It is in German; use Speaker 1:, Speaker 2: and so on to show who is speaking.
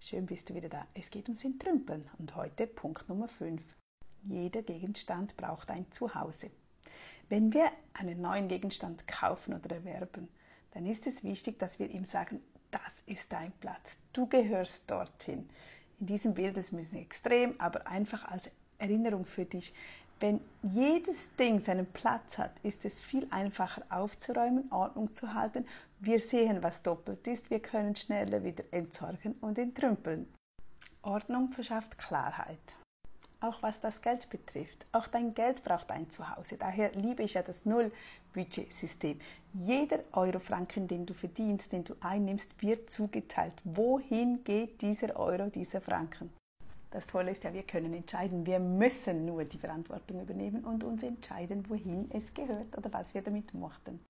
Speaker 1: Schön bist du wieder da. Es geht ums Entrümpeln und heute Punkt Nummer 5. Jeder Gegenstand braucht ein Zuhause. Wenn wir einen neuen Gegenstand kaufen oder erwerben, dann ist es wichtig, dass wir ihm sagen, das ist dein Platz, du gehörst dorthin. In diesem Bild ist es ein bisschen extrem, aber einfach als Erinnerung für dich. Wenn jedes Ding seinen Platz hat, ist es viel einfacher aufzuräumen, Ordnung zu halten. Wir sehen, was doppelt ist, wir können schneller wieder entsorgen und entrümpeln. Ordnung verschafft Klarheit. Auch was das Geld betrifft. Auch dein Geld braucht ein Zuhause. Daher liebe ich ja das Null-Budget-System. Jeder Euro, Franken, den du verdienst, den du einnimmst, wird zugeteilt. Wohin geht dieser Euro, dieser Franken? Das Tolle ist ja, wir können entscheiden. Wir müssen nur die Verantwortung übernehmen und uns entscheiden, wohin es gehört oder was wir damit möchten.